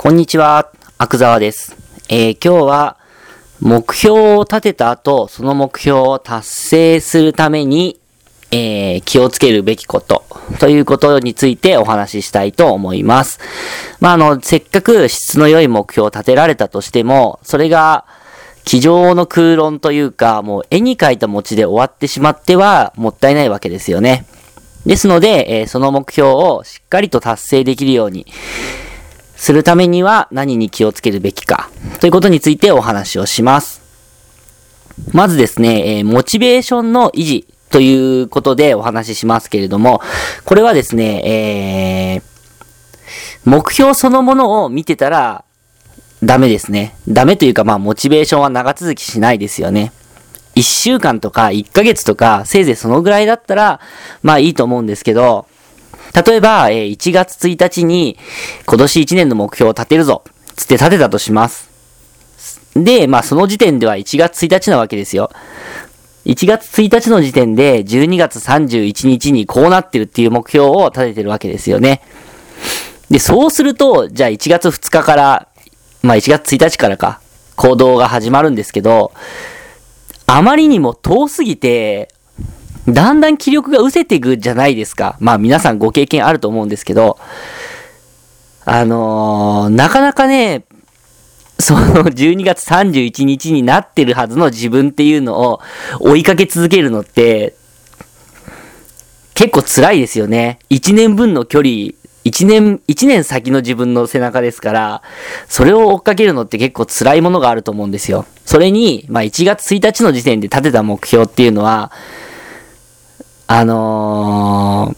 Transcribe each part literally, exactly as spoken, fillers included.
こんにちは、阿久澤です。えー、今日は目標を立てた後、その目標を達成するために、えー、気をつけるべきことということについてお話ししたいと思います。まあ、あの、せっかく質の良い目標を立てられたとしても、それが机上の空論というか、もう絵に描いた餅で終わってしまってはもったいないわけですよね。ですので、えー、その目標をしっかりと達成できるようにするためには何に気をつけるべきかということについてお話をします。まずですね、えー、モチベーションの維持ということでお話ししますけれども、これはですね、えー、目標そのものを見てたらダメですね。ダメというか、まあモチベーションは長続きしないですよね。いっしゅうかんとかいっかげつとかせいぜいそのぐらいだったらまあいいと思うんですけど、例えば、えー、いちがつついたちに今年いちねんの目標を立てるぞつって立てたとします。で、まあその時点ではいちがつついたちなわけですよ。いちがつついたちの時点でじゅうにがつさんじゅういちにちにこうなってるっていう目標を立ててるわけですよね。で、そうすると、じゃあいちがつふつかから、まあいちがつついたちからか、行動が始まるんですけど、あまりにも遠すぎて、だんだん気力が失せていくじゃないですか。まあ皆さんご経験あると思うんですけど、あのー、なかなかね、そのじゅうにがつさんじゅういちにちになってるはずの自分っていうのを追いかけ続けるのって、結構辛いですよね。いちねんぶんの距離、いちねん、いちねん先の自分の背中ですから、それを追っかけるのって結構辛いものがあると思うんですよ。それに、まあいちがつついたちの時点で立てた目標っていうのは、あのー、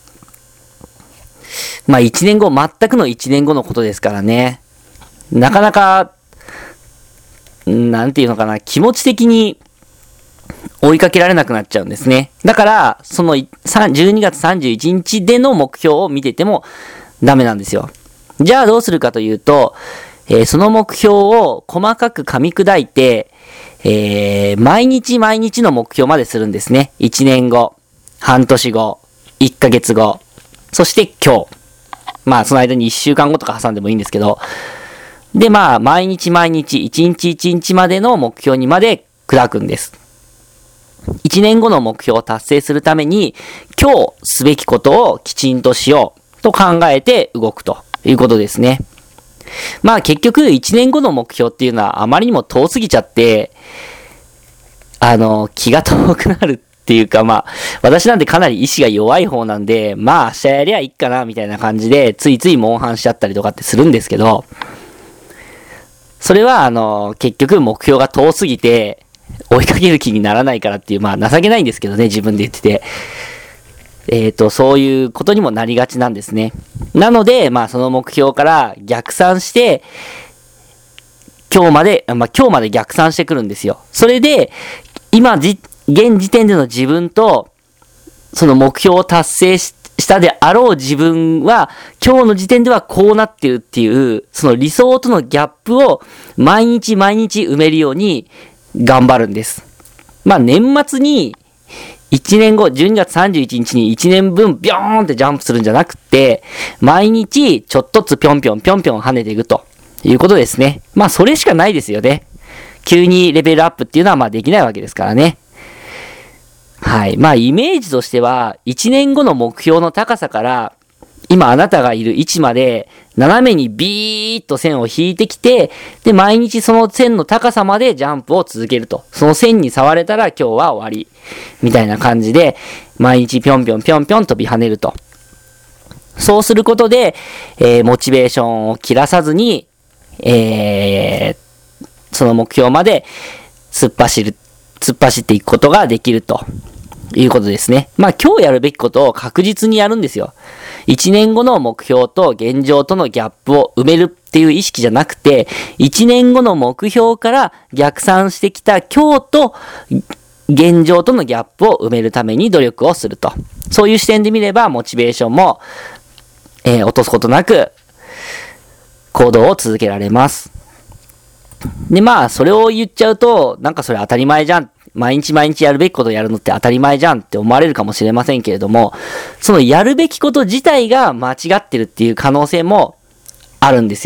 まあいちねんご、全くのいちねんごのことですからね。なかなか、なんていうのかな、気持ち的に追いかけられなくなっちゃうんですね。だから、そのじゅうにがつさんじゅういちにちでの目標を見ててもダメなんですよ。じゃあどうするかというと、えー、その目標を細かく噛み砕いて、えー、毎日毎日の目標までするんですね。いちねんご、半年後、いっかげつご、そして今日。まあその間にいっしゅうかんごとか挟んでもいいんですけど、でまあ毎日毎日、いちにちいちにちまでの目標にまで砕くんです。いちねんごの目標を達成するために、今日すべきことをきちんとしようと考えて動くということですね。まあ結局いちねんごの目標っていうのはあまりにも遠すぎちゃって、あの、気が遠くなるっていうか、まあ、私なんてかなり意志が弱い方なんで、まあ明日やりゃいいかなみたいな感じで、ついついモンハンしちゃったりとかってするんですけど、それはあの、結局目標が遠すぎて、追いかける気にならないからっていう、まあ情けないんですけどね、自分で言ってて。えっと、そういうことにもなりがちなんですね。なので、まあその目標から逆算して、今日まで、まあ今日まで逆算してくるんですよ。それで、今じ、現時点での自分と、その目標を達成し、したであろう自分は、今日の時点ではこうなってるっていう、その理想とのギャップを毎日毎日埋めるように頑張るんです。まあ年末に、いちねんご、じゅうにがつさんじゅういちにちにいちねんぶんビョーンってジャンプするんじゃなくて、毎日ちょっとずつぴょんぴょんぴょんぴょん跳ねていくということですね。まあそれしかないですよね。急にレベルアップっていうのはまあできないわけですからね。はい。まあイメージとしては、いちねんごの目標の高さから、今あなたがいる位置まで、斜めにビーッと線を引いてきて、で、毎日その線の高さまでジャンプを続けると。その線に触れたら今日は終わり。みたいな感じで、毎日ぴょんぴょんぴょんぴょん飛び跳ねると。そうすることで、えー、モチベーションを切らさずに、えー、その目標まで突っ走る、突っ走っていくことができるということですね。まあ今日やるべきことを確実にやるんですよ。いちねんごの目標と現状とのギャップを埋めるっていう意識じゃなくて、いちねんごの目標から逆算してきた今日と現状とのギャップを埋めるために努力をすると。そういう視点で見ればモチベーションも、えー、落とすことなく行動を続けられます。で、まあ、それを言っちゃうと、なんかそれ当たり前じゃん。毎日毎日やるべきことをやるのって当たり前じゃんって思われるかもしれませんけれども、そのやるべきこと自体が間違ってるっていう可能性もあるんですよ。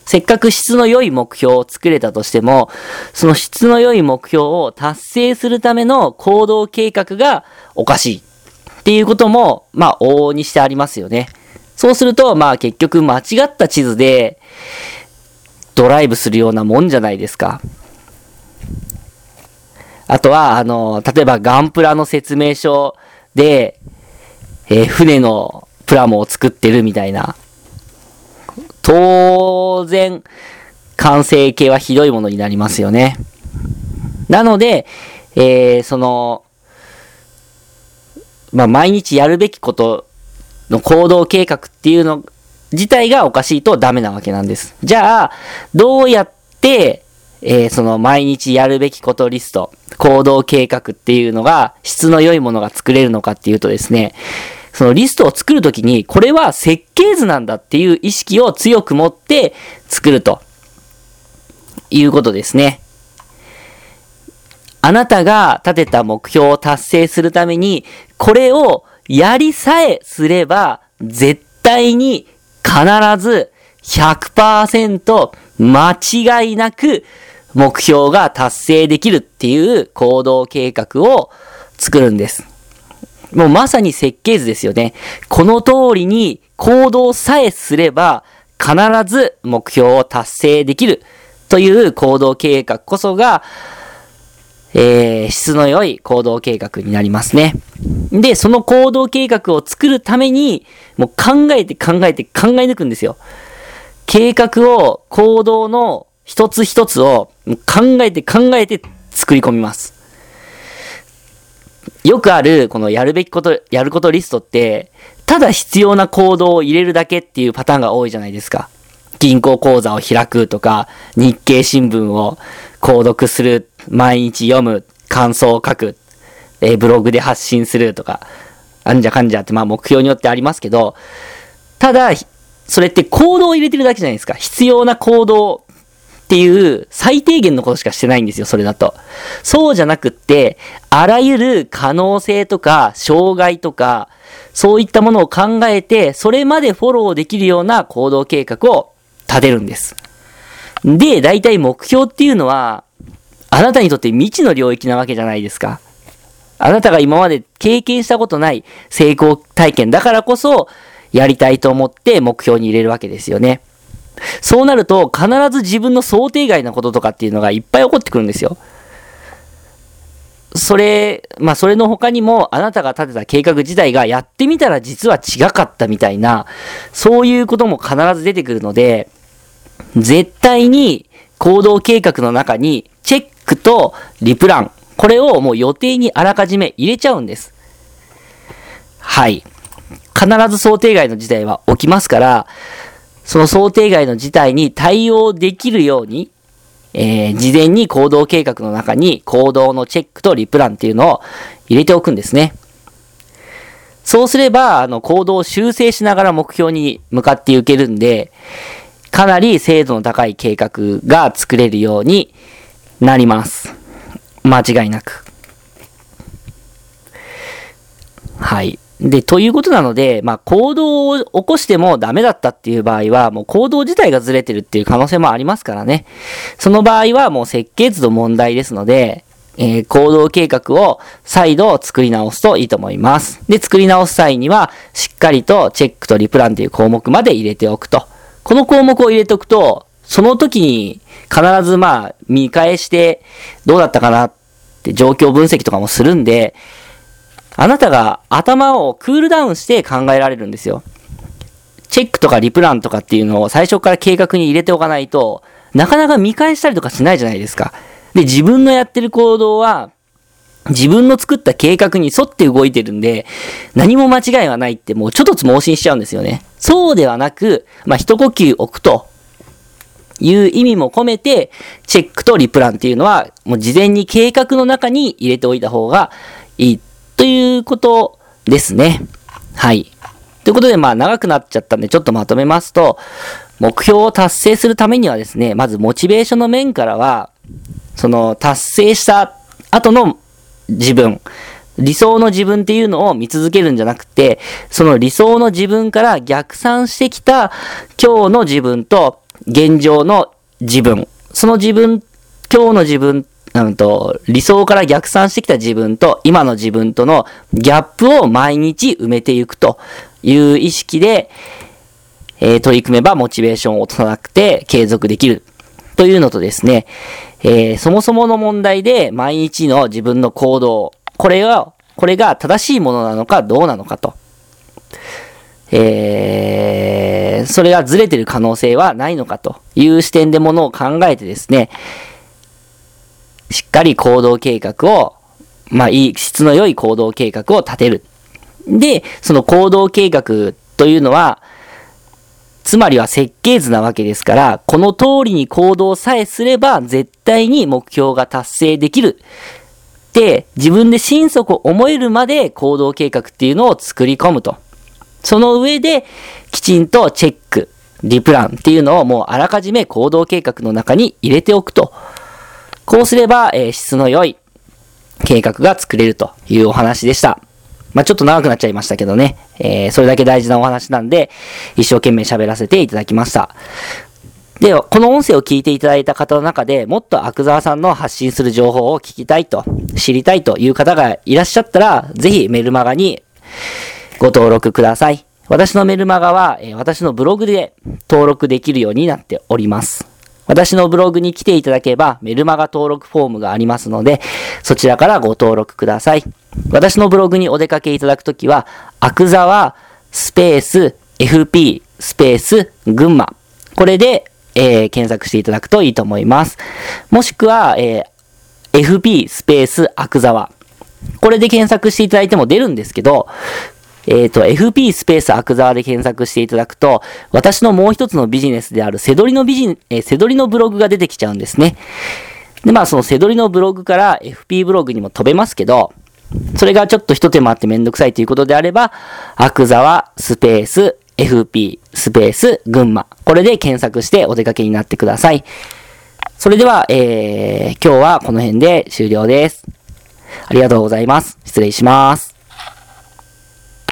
せっかく質の良い目標を作れたとしても、その質の良い目標を達成するための行動計画がおかしいっていうことも、まあ、往々にしてありますよね。そうすると、まあ結局間違った地図でドライブするようなもんじゃないですか。あとは、あの、例えばガンプラの説明書で、えー、船のプラモを作ってるみたいな。当然、完成形はひどいものになりますよね。なので、えー、その、まあ、毎日やるべきことの行動計画っていうの自体がおかしいとダメなわけなんです。じゃあ、どうやって、えー、その毎日やるべきことリスト、行動計画っていうのが質の良いものが作れるのかっていうとですね、そのリストを作るときに、これは設計図なんだっていう意識を強く持って作るということですね。あなたが立てた目標を達成するために、これをやりさえすれば、絶対に必ず ひゃくパーセント 間違いなく目標が達成できるっていう行動計画を作るんです。もうまさに設計図ですよね。この通りに行動さえすれば必ず目標を達成できるという行動計画こそが、えー、質の良い行動計画になりますね。で、その行動計画を作るために、もう考えて考えて考え抜くんですよ。計画を、行動の一つ一つを考えて考えて作り込みます。よくある、このやるべきこと、やることリストって、ただ必要な行動を入れるだけっていうパターンが多いじゃないですか。銀行口座を開くとか、日経新聞を購読する、毎日読む、感想を書く、えー、ブログで発信するとか、あんじゃかんじゃってまあ目標によってありますけど、ただ、それって行動を入れてるだけじゃないですか。必要な行動っていう最低限のことしかしてないんですよ、それだと。そうじゃなくって、あらゆる可能性とか、障害とか、そういったものを考えて、それまでフォローできるような行動計画を立てるんです。で、大体目標っていうのは、あなたにとって未知の領域なわけじゃないですか。あなたが今まで経験したことない成功体験だからこそ、やりたいと思って目標に入れるわけですよね。そうなると、必ず自分の想定外なこととかっていうのがいっぱい起こってくるんですよ。それ、まあそれの他にも、あなたが立てた計画自体がやってみたら実は違かったみたいな、そういうことも必ず出てくるので、絶対に行動計画の中にチェックとリプラン、これをもう予定にあらかじめ入れちゃうんです。はい。必ず想定外の事態は起きますから、その想定外の事態に対応できるように、えー、事前に行動計画の中に行動のチェックとリプランっていうのを入れておくんですね。そうすれば、あの、行動を修正しながら目標に向かっていけるんで、かなり精度の高い計画が作れるようになります。間違いなく。はい。で、ということなので、まあ、行動を起こしてもダメだったっていう場合は、もう行動自体がずれてるっていう可能性もありますからね。その場合はもう設計図の問題ですので、えー、行動計画を再度作り直すといいと思います。で、作り直す際には、しっかりとチェックとリプランっていう項目まで入れておくと。この項目を入れておくと、その時に必ずまあ、見返してどうだったかなって状況分析とかもするんで、あなたが頭をクールダウンして考えられるんですよ。チェックとかリプランとかっていうのを最初から計画に入れておかないと、なかなか見返したりとかしないじゃないですか。で、自分のやってる行動は、自分の作った計画に沿って動いてるんで、何も間違いはないってもうちょっとつ盲信しちゃうんですよね。そうではなく、まあ、一呼吸置くという意味も込めて、チェックとリプランっていうのは、もう事前に計画の中に入れておいた方がいい。ということですね。はい。ということで、まあ長くなっちゃったんでちょっとまとめますと、目標を達成するためにはですね、まずモチベーションの面からは、その達成した後の自分、理想の自分っていうのを見続けるんじゃなくて、その理想の自分から逆算してきた今日の自分と現状の自分、その自分、今日の自分、うんと、理想から逆算してきた自分と今の自分とのギャップを毎日埋めていくという意識で、えー、取り組めばモチベーションを落とさなくて継続できるというのとですね、えー、そもそもの問題で毎日の自分の行動、これは、これが正しいものなのかどうなのかと。えー、それがずれてる可能性はないのかという視点でものを考えてですね、しっかり行動計画を、まあ、いい、質の良い行動計画を立てる。で、その行動計画というのは、つまりは設計図なわけですから、この通りに行動さえすれば絶対に目標が達成できる。で、自分で心底思えるまで行動計画っていうのを作り込むと。その上で、きちんとチェック、リプランっていうのをもうあらかじめ行動計画の中に入れておくと。こうすれば、えー、質の良い計画が作れるというお話でした。まあ、ちょっと長くなっちゃいましたけどね。えー、それだけ大事なお話なんで、一生懸命喋らせていただきました。では、この音声を聞いていただいた方の中でもっと阿久澤さんの発信する情報を聞きたいと、知りたいという方がいらっしゃったら、ぜひメルマガにご登録ください。私のメルマガは、えー、私のブログで登録できるようになっております。私のブログに来ていただければメルマガ登録フォームがありますので、そちらからご登録ください。私のブログにお出かけいただくときは、阿久澤スペース エフピー スペース群馬。これで、えー、検索していただくといいと思います。もしくは、えー、エフピー スペース阿久澤。これで検索していただいても出るんですけど、えっと、エフピー スペース阿久澤で検索していただくと、私のもう一つのビジネスであるセドリのビジネ、えー、セドリのブログが出てきちゃうんですね。で、まあそのセドリのブログから エフピー ブログにも飛べますけど、それがちょっと一手間あってめんどくさいということであれば、阿久澤スペース エフピー スペース群馬。これで検索してお出かけになってください。それでは、えー、今日はこの辺で終了です。ありがとうございます。失礼します。